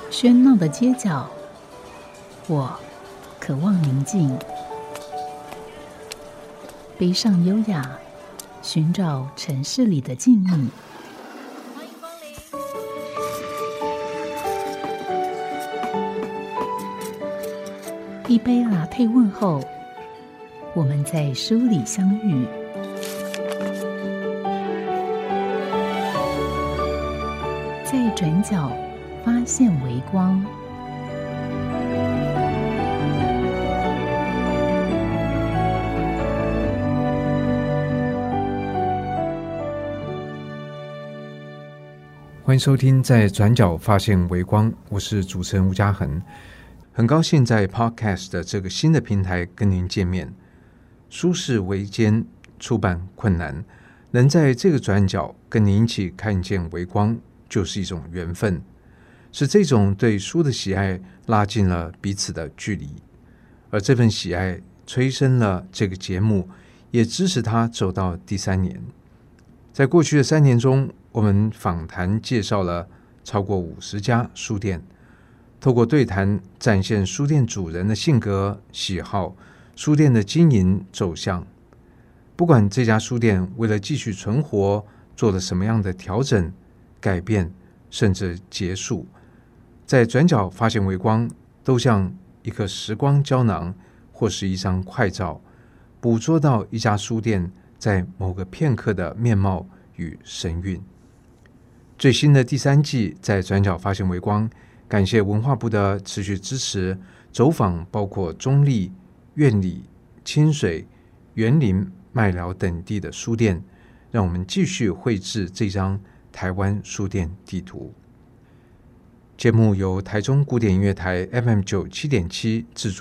喧闹的街角，我渴望宁静。背上优雅，寻找城市里的静谧。 欢迎光临。 一杯latte问候，我们在书里相遇。在转角发现微光。 欢迎收听在转角发现微光，我是主持人吴嘉恒，很高兴在 Podcast 的这个新的平台跟您见面。书是维艰，出版困难，能在这个转角跟您一起看见微光，就是一种缘分，是这种对书的喜爱拉近了彼此的距离，而这份喜爱催生了这个节目，也支持它走到第3年。在过去的3年中，我们访谈介绍了超过50家书店，透过对谈展现书店主人的性格、喜好，书店的经营走向。不管这家书店为了继续存活做了什么样的调整、改变，甚至结束，在转角发现微光，都像一颗时光胶囊或是一张快照，捕捉到一家书店在某个片刻的面貌与神韵。最新的第3季在转角发现微光，感谢文化部的持续支持，走访包括中坜、苑里、清水、园林、麦寮等地的书店，让我们继续绘制这张台湾书店地图。节目由台中古典音乐台 FM 97.7制作。